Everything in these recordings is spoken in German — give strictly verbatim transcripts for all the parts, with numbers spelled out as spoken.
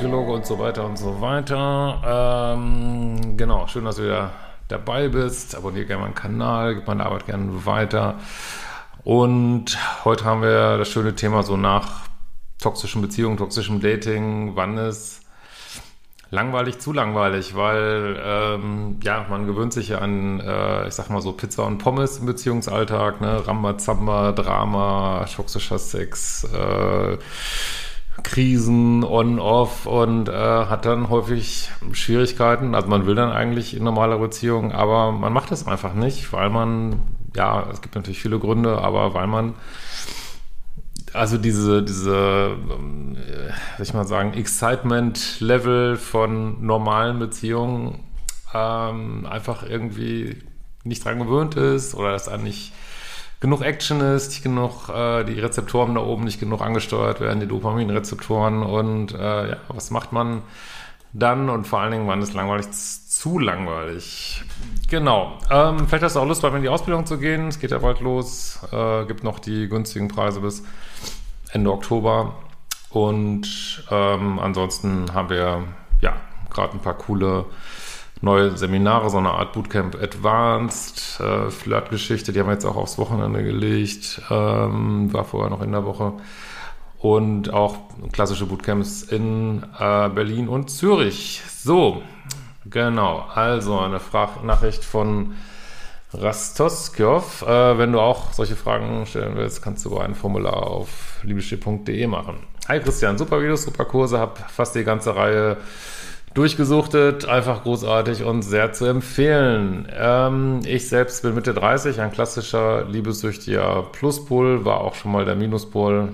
Psychologe und so weiter und so weiter. Ähm, genau, schön, dass du wieder dabei bist. Abonniere gerne meinen Kanal, gib meine Arbeit gerne weiter. Und heute haben wir das schöne Thema so nach toxischen Beziehungen, toxischem Dating. Wann ist langweilig, zu langweilig? Weil, ähm, ja, man gewöhnt sich ja an, äh, ich sag mal so Pizza und Pommes im Beziehungsalltag, ne? Rambazamba, Drama, toxischer Sex, äh, Krisen on, off und äh, hat dann häufig Schwierigkeiten. Also man will dann eigentlich in normaler Beziehung, aber man macht es einfach nicht, weil man, ja, es gibt natürlich viele Gründe, aber weil man also diese, diese, äh, ich mal sagen, Excitement-Level von normalen Beziehungen ähm, einfach irgendwie nicht dran gewöhnt ist oder dass da nicht genug Action ist, nicht genug, äh, die Rezeptoren da oben nicht genug angesteuert werden, die Dopaminrezeptoren und äh, ja, was macht man dann und vor allen Dingen, wann ist langweilig, zu langweilig. Genau, ähm, vielleicht hast du auch Lust, bei mir in die Ausbildung zu gehen, es geht ja bald los, äh, gibt noch die günstigen Preise bis Ende Oktober und ähm, ansonsten haben wir ja gerade ein paar coole neue Seminare, so eine Art Bootcamp Advanced, äh, Flirtgeschichte, die haben wir jetzt auch aufs Wochenende gelegt, ähm, war vorher noch in der Woche. Und auch klassische Bootcamps in äh, Berlin und Zürich. So, genau, also eine Frage-Nachricht von Rastoskov. Äh, wenn du auch solche Fragen stellen willst, kannst du ein Formular auf liebeschiff punkt de machen. Hi Christian, super Videos, super Kurse, hab fast die ganze Reihe durchgesuchtet, einfach großartig und sehr zu empfehlen. Ähm, ich selbst bin Mitte dreißig, ein klassischer liebessüchtiger Pluspol, war auch schon mal der Minuspol.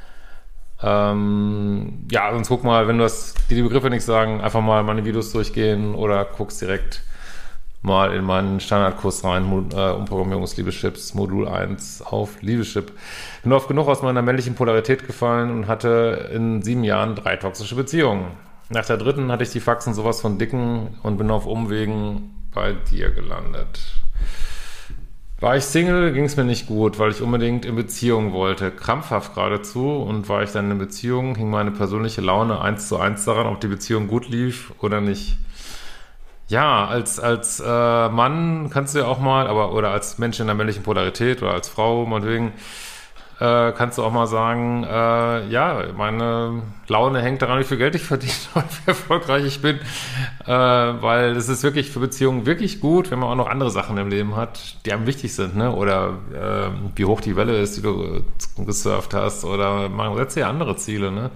Ähm, ja, sonst guck mal, wenn du das, dir die Begriffe nicht sagen, einfach mal meine Videos durchgehen oder guckst direkt mal in meinen Standardkurs rein, äh, Umprogrammierung des Liebeschips, Modul eins auf Liebeschip. Bin oft genug aus meiner männlichen Polarität gefallen und hatte in sieben Jahren drei toxische Beziehungen. Nach der dritten hatte ich die Faxen sowas von dicken und bin auf Umwegen bei dir gelandet. War ich Single, ging es mir nicht gut, weil ich unbedingt in Beziehung wollte, krampfhaft geradezu. Und war ich dann in Beziehung, hing meine persönliche Laune eins zu eins daran, ob die Beziehung gut lief oder nicht. Ja, als als äh, Mann kannst du ja auch mal, aber oder als Mensch in der männlichen Polarität oder als Frau, meinetwegen, äh, kannst du auch mal sagen, äh, ja, meine Laune hängt daran, wie viel Geld ich verdiene und wie erfolgreich ich bin, äh, weil es ist wirklich für Beziehungen wirklich gut, wenn man auch noch andere Sachen im Leben hat, die einem wichtig sind, ne? Oder äh, wie hoch die Welle ist, die du äh, gesurft hast, oder man setzt ja andere Ziele, ne?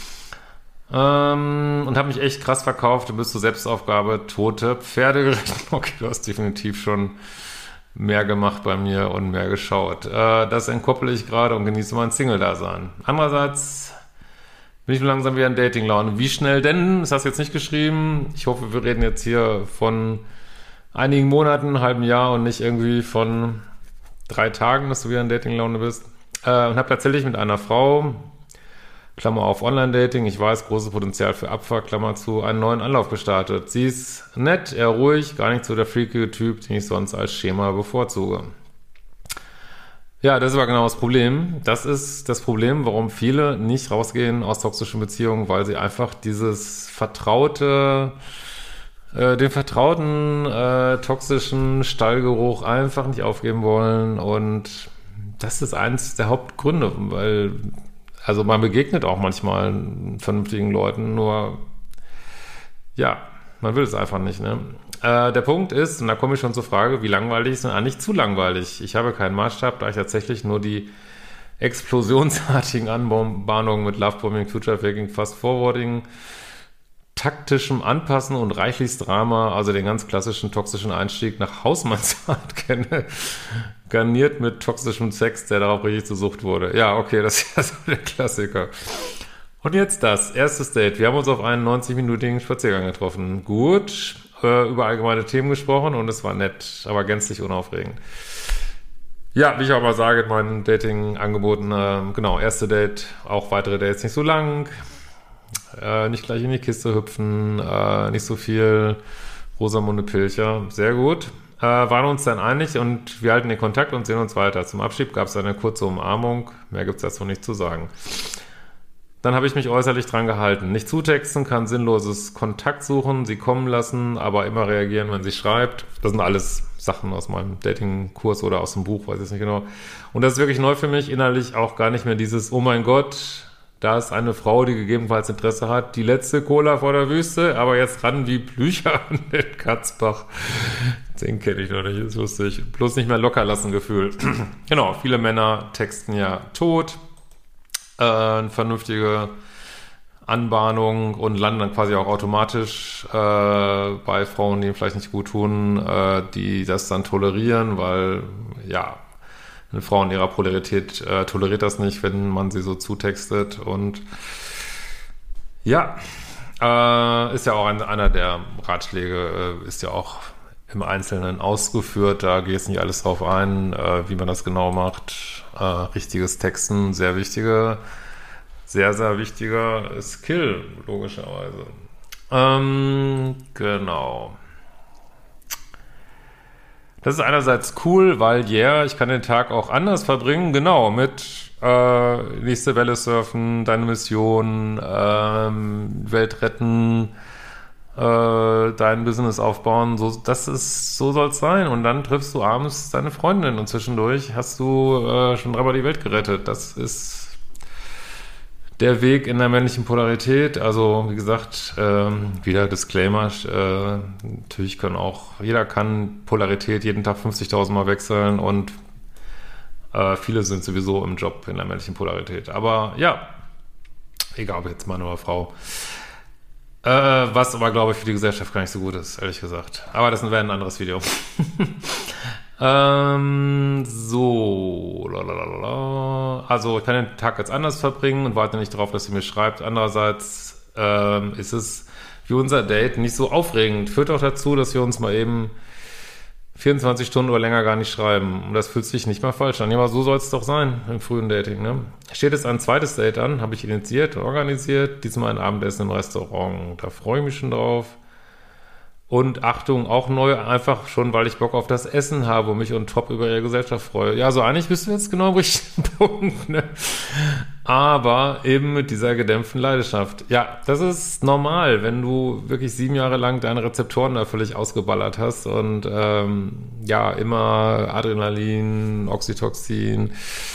Ähm, und habe mich echt krass verkauft. Du bist zur Selbstaufgabe tote Pferde geritten. Okay, du hast definitiv schon mehr gemacht bei mir und mehr geschaut. Äh, das entkoppel ich gerade und genieße mein Single-Dasein. Andererseits bin ich nur langsam wieder in Dating-Laune. Wie schnell denn? Das hast du jetzt nicht geschrieben. Ich hoffe, wir reden jetzt hier von einigen Monaten, einem halben Jahr und nicht irgendwie von drei Tagen, dass du wieder in Dating-Laune bist. Äh, und habe tatsächlich mit einer Frau, Klammer auf Online-Dating, ich weiß, großes Potenzial für Abfuck, Klammer zu, einen neuen Anlauf gestartet. Sie ist nett, eher ruhig, gar nicht so der freakige Typ, den ich sonst als Schema bevorzuge. Ja, das ist aber genau das Problem. Das ist das Problem, warum viele nicht rausgehen aus toxischen Beziehungen, weil sie einfach dieses vertraute, äh, den vertrauten, äh, toxischen Stallgeruch einfach nicht aufgeben wollen. Und das ist eins der Hauptgründe, weil also man begegnet auch manchmal vernünftigen Leuten, nur ja, man will es einfach nicht, ne? Äh, der Punkt ist, und da komme ich schon zur Frage, wie langweilig ist denn eigentlich zu langweilig? Ich habe keinen Maßstab, da ich tatsächlich nur die explosionsartigen Anbahnungen mit Lovebombing, Future-Faking, Fast-Forwarding, taktischem Anpassen und reichlichst Drama, also den ganz klassischen toxischen Einstieg nach Hausmannsart kenne, garniert mit toxischem Sex, der darauf richtig zur Sucht wurde. Ja, okay, das ist ja so der Klassiker. Und jetzt das, erstes Date. Wir haben uns auf einen neunzig-minütigen Spaziergang getroffen. Gut, äh, über allgemeine Themen gesprochen und es war nett, aber gänzlich unaufregend. Ja, wie ich auch mal sage in meinen Dating-Angeboten, äh, genau, erste Date, auch weitere Dates nicht so lang, äh, nicht gleich in die Kiste hüpfen, äh, nicht so viel Rosamunde Pilcher, sehr gut. Äh, waren uns dann einig und wir halten den Kontakt und sehen uns weiter. Zum Abschied gab es eine kurze Umarmung, mehr gibt es dazu nicht zu sagen. Dann habe ich mich äußerlich dran gehalten. Nicht zutexten, kann sinnloses Kontakt suchen, sie kommen lassen, aber immer reagieren, wenn sie schreibt. Das sind alles Sachen aus meinem Dating-Kurs oder aus dem Buch, weiß ich jetzt nicht genau. Und das ist wirklich neu für mich, innerlich auch gar nicht mehr dieses, oh mein Gott, da ist eine Frau, die gegebenenfalls Interesse hat, die letzte Cola vor der Wüste, aber jetzt ran wie Blücher an den Katzbach. Den kenne ich noch nicht, ist lustig. Bloß nicht mehr locker lassen Gefühl. Genau, viele Männer texten ja tot. Äh, eine vernünftige Anbahnung und landen dann quasi auch automatisch äh, bei Frauen, die ihm vielleicht nicht gut tun, äh, die das dann tolerieren, weil, ja, eine Frau in ihrer Polarität äh, toleriert das nicht, wenn man sie so zutextet und ja, äh, ist ja auch ein, einer der Ratschläge, äh, ist ja auch im Einzelnen ausgeführt, da geht es nicht alles drauf ein, äh, wie man das genau macht. Äh, richtiges Texten, sehr wichtige, sehr, sehr wichtiger Skill, logischerweise. Ähm, genau. Das ist einerseits cool, weil, yeah, ich kann den Tag auch anders verbringen, genau, mit äh, nächste Welle surfen, deine Mission, ähm, Welt retten, äh, dein Business aufbauen, so, das ist, so soll's sein. Und dann triffst du abends deine Freundin und zwischendurch hast du äh, schon dreimal die Welt gerettet. Das ist der Weg in der männlichen Polarität. Also, wie gesagt, ähm, wieder Disclaimer, äh, natürlich kann auch, jeder kann Polarität jeden Tag fünfzigtausend Mal wechseln und äh, viele sind sowieso im Job in der männlichen Polarität. Aber ja, egal ob jetzt Mann oder Frau. Äh, was aber, glaube ich, für die Gesellschaft gar nicht so gut ist, ehrlich gesagt. Aber das wäre ein anderes Video. ähm, so. Lalalala. Also, ich kann den Tag jetzt anders verbringen und warte nicht darauf, dass sie mir schreibt. Andererseits ähm, ist es wie unser Date nicht so aufregend. Führt auch dazu, dass wir uns mal eben vierundzwanzig Stunden oder länger gar nicht schreiben. Und das fühlt sich nicht mal falsch an. Ja, aber so soll es doch sein im frühen Dating, ne? Steht jetzt ein zweites Date an, habe ich initiiert und organisiert. Diesmal ein Abendessen im Restaurant. Da freue ich mich schon drauf. Und Achtung, auch neu, einfach schon, weil ich Bock auf das Essen habe und mich on top über ihre Gesellschaft freue. Ja, so eigentlich bist du jetzt genau am richtigen Punkt, ne? Aber eben mit dieser gedämpften Leidenschaft. Ja, das ist normal, wenn du wirklich sieben Jahre lang deine Rezeptoren da völlig ausgeballert hast und ähm, ja, immer Adrenalin, Oxytocin,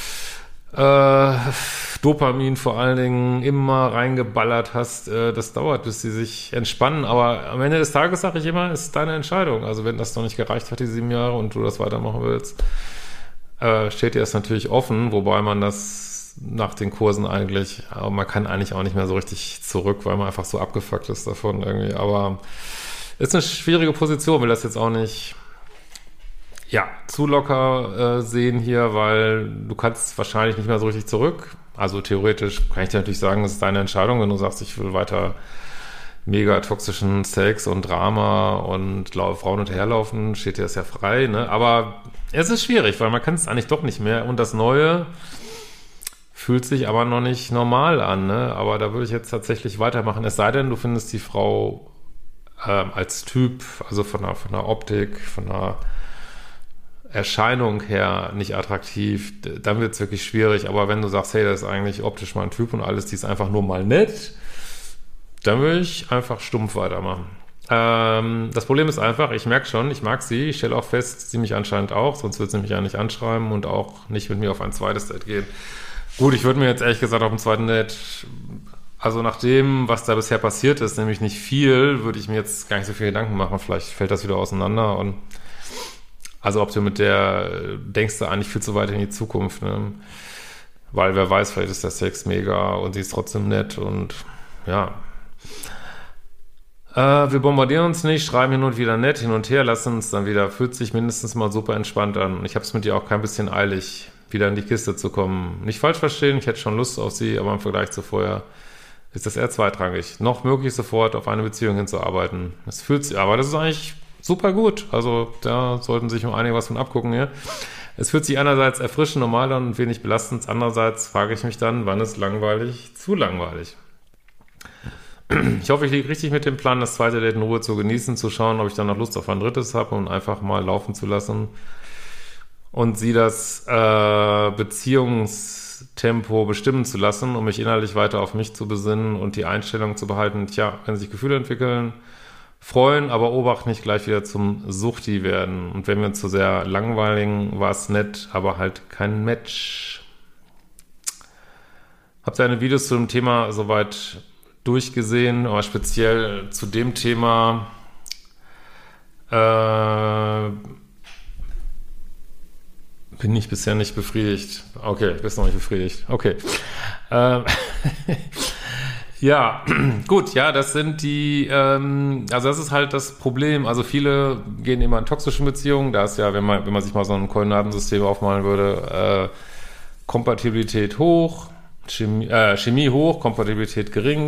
äh, Dopamin vor allen Dingen immer reingeballert hast, äh, das dauert, bis sie sich entspannen, aber am Ende des Tages sage ich immer, ist deine Entscheidung. Also wenn das noch nicht gereicht hat, die sieben Jahre, und du das weitermachen willst, äh, steht dir das natürlich offen, wobei man das nach den Kursen eigentlich, aber man kann eigentlich auch nicht mehr so richtig zurück, weil man einfach so abgefuckt ist davon irgendwie, aber ist eine schwierige Position, will das jetzt auch nicht ja, zu locker äh, sehen hier, weil du kannst wahrscheinlich nicht mehr so richtig zurück. Also theoretisch kann ich dir natürlich sagen, das ist deine Entscheidung, wenn du sagst, ich will weiter mega toxischen Sex und Drama und Frauen hinterherlaufen, steht dir das ja frei, ne? Aber es ist schwierig, weil man kann es eigentlich doch nicht mehr. Und das Neue fühlt sich aber noch nicht normal an, ne? Aber da würde ich jetzt tatsächlich weitermachen. Es sei denn, du findest die Frau ähm, als Typ, also von der, von der Optik, von der Erscheinung her nicht attraktiv, dann wird es wirklich schwierig. Aber wenn du sagst, hey, das ist eigentlich optisch mein Typ und alles, die ist einfach nur mal nett, dann will ich einfach stumpf weitermachen. Ähm, das Problem ist einfach, ich merke schon, ich mag sie, ich stelle auch fest, sie mich anscheinend auch, sonst wird sie mich ja nicht anschreiben und auch nicht mit mir auf ein zweites Date gehen. Gut, ich würde mir jetzt ehrlich gesagt auf dem zweiten Date, also nach dem, was da bisher passiert ist, nämlich nicht viel, würde ich mir jetzt gar nicht so viel Gedanken machen. Vielleicht fällt das wieder auseinander und also ob du mit der, denkst du eigentlich viel zu weit in die Zukunft, ne? Weil wer weiß, vielleicht ist der Sex mega und sie ist trotzdem nett und ja. Äh, wir bombardieren uns nicht, schreiben hin und wieder nett, hin und her, lassen uns dann wieder, fühlt sich mindestens mal super entspannt an. Ich habe es mit ihr auch kein bisschen eilig, wieder in die Kiste zu kommen. Nicht falsch verstehen, ich hätte schon Lust auf sie, aber im Vergleich zu vorher ist das eher zweitrangig. Noch möglich sofort auf eine Beziehung hinzuarbeiten. Es fühlt sich, aber das ist eigentlich super gut. Also da sollten sich um einige was von abgucken hier. Es fühlt sich einerseits erfrischend, normal an und wenig belastend. Andererseits frage ich mich dann, wann ist langweilig, zu langweilig. Ich hoffe, ich liege richtig mit dem Plan, das zweite Date in Ruhe zu genießen, zu schauen, ob ich dann noch Lust auf ein drittes habe und einfach mal laufen zu lassen. und sie das äh, Beziehungstempo bestimmen zu lassen, um mich innerlich weiter auf mich zu besinnen und die Einstellung zu behalten, tja, wenn sich Gefühle entwickeln, freuen, aber Obacht nicht gleich wieder zum Suchti werden. Und wenn wir uns zu sehr langweiligen, war es nett, aber halt kein Match. Habt ihr eine Videos zu dem Thema soweit durchgesehen, aber speziell zu dem Thema äh, bin ich bisher nicht befriedigt. Okay, ich bin noch nicht befriedigt. Okay. Ähm, ja, gut, ja, das sind die, ähm, also das ist halt das Problem. Also viele gehen immer in toxischen Beziehungen. Da ist ja, wenn man, wenn man sich mal so ein Koordinatensystem aufmalen würde, äh, Kompatibilität hoch, Chemie, äh, Chemie hoch, Kompatibilität gering.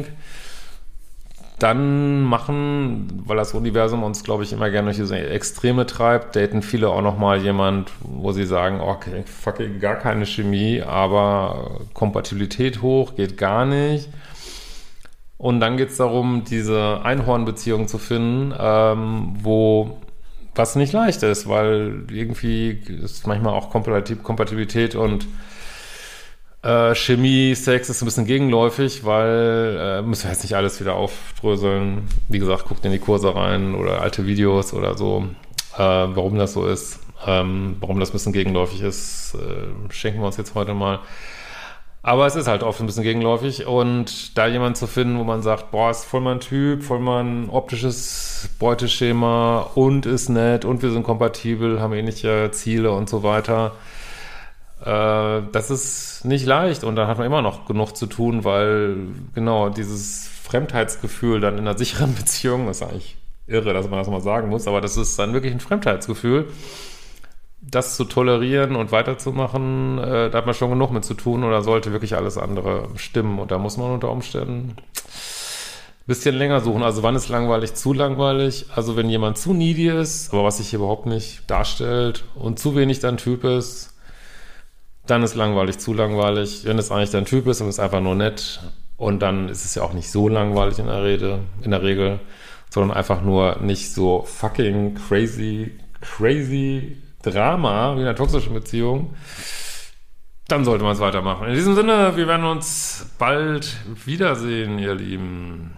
Dann machen, weil das Universum uns, glaube ich, immer gerne durch diese Extreme treibt, daten viele auch nochmal jemand, wo sie sagen, okay, fucking gar keine Chemie, aber Kompatibilität hoch, geht gar nicht. Und dann geht es darum, diese Einhornbeziehung zu finden, ähm, wo was nicht leicht ist, weil irgendwie ist manchmal auch Kompatibilität und Äh, Chemie, Sex ist ein bisschen gegenläufig, weil, äh, müssen wir jetzt nicht alles wieder aufdröseln. Wie gesagt, guckt in die Kurse rein oder alte Videos oder so, äh, warum das so ist, ähm, warum das ein bisschen gegenläufig ist, äh, schenken wir uns jetzt heute mal. Aber es ist halt oft ein bisschen gegenläufig und da jemanden zu finden, wo man sagt, boah, ist voll mein Typ, voll mein optisches Beuteschema und ist nett und wir sind kompatibel, haben ähnliche Ziele und so weiter. Das ist nicht leicht und dann hat man immer noch genug zu tun, weil genau dieses Fremdheitsgefühl dann in einer sicheren Beziehung, das ist eigentlich irre, dass man das mal sagen muss, aber das ist dann wirklich ein Fremdheitsgefühl, das zu tolerieren und weiterzumachen, äh, da hat man schon genug mit zu tun oder sollte wirklich alles andere stimmen und da muss man unter Umständen ein bisschen länger suchen. Also wann ist langweilig, zu langweilig? Also wenn jemand zu needy ist, aber was sich hier überhaupt nicht darstellt und zu wenig dein Typ ist, dann ist langweilig, zu langweilig. Wenn es eigentlich dein Typ ist und ist einfach nur nett und dann ist es ja auch nicht so langweilig in der Rede, in der Regel, sondern einfach nur nicht so fucking crazy, crazy Drama wie in einer toxischen Beziehung, dann sollte man es weitermachen. In diesem Sinne, wir werden uns bald wiedersehen, ihr Lieben.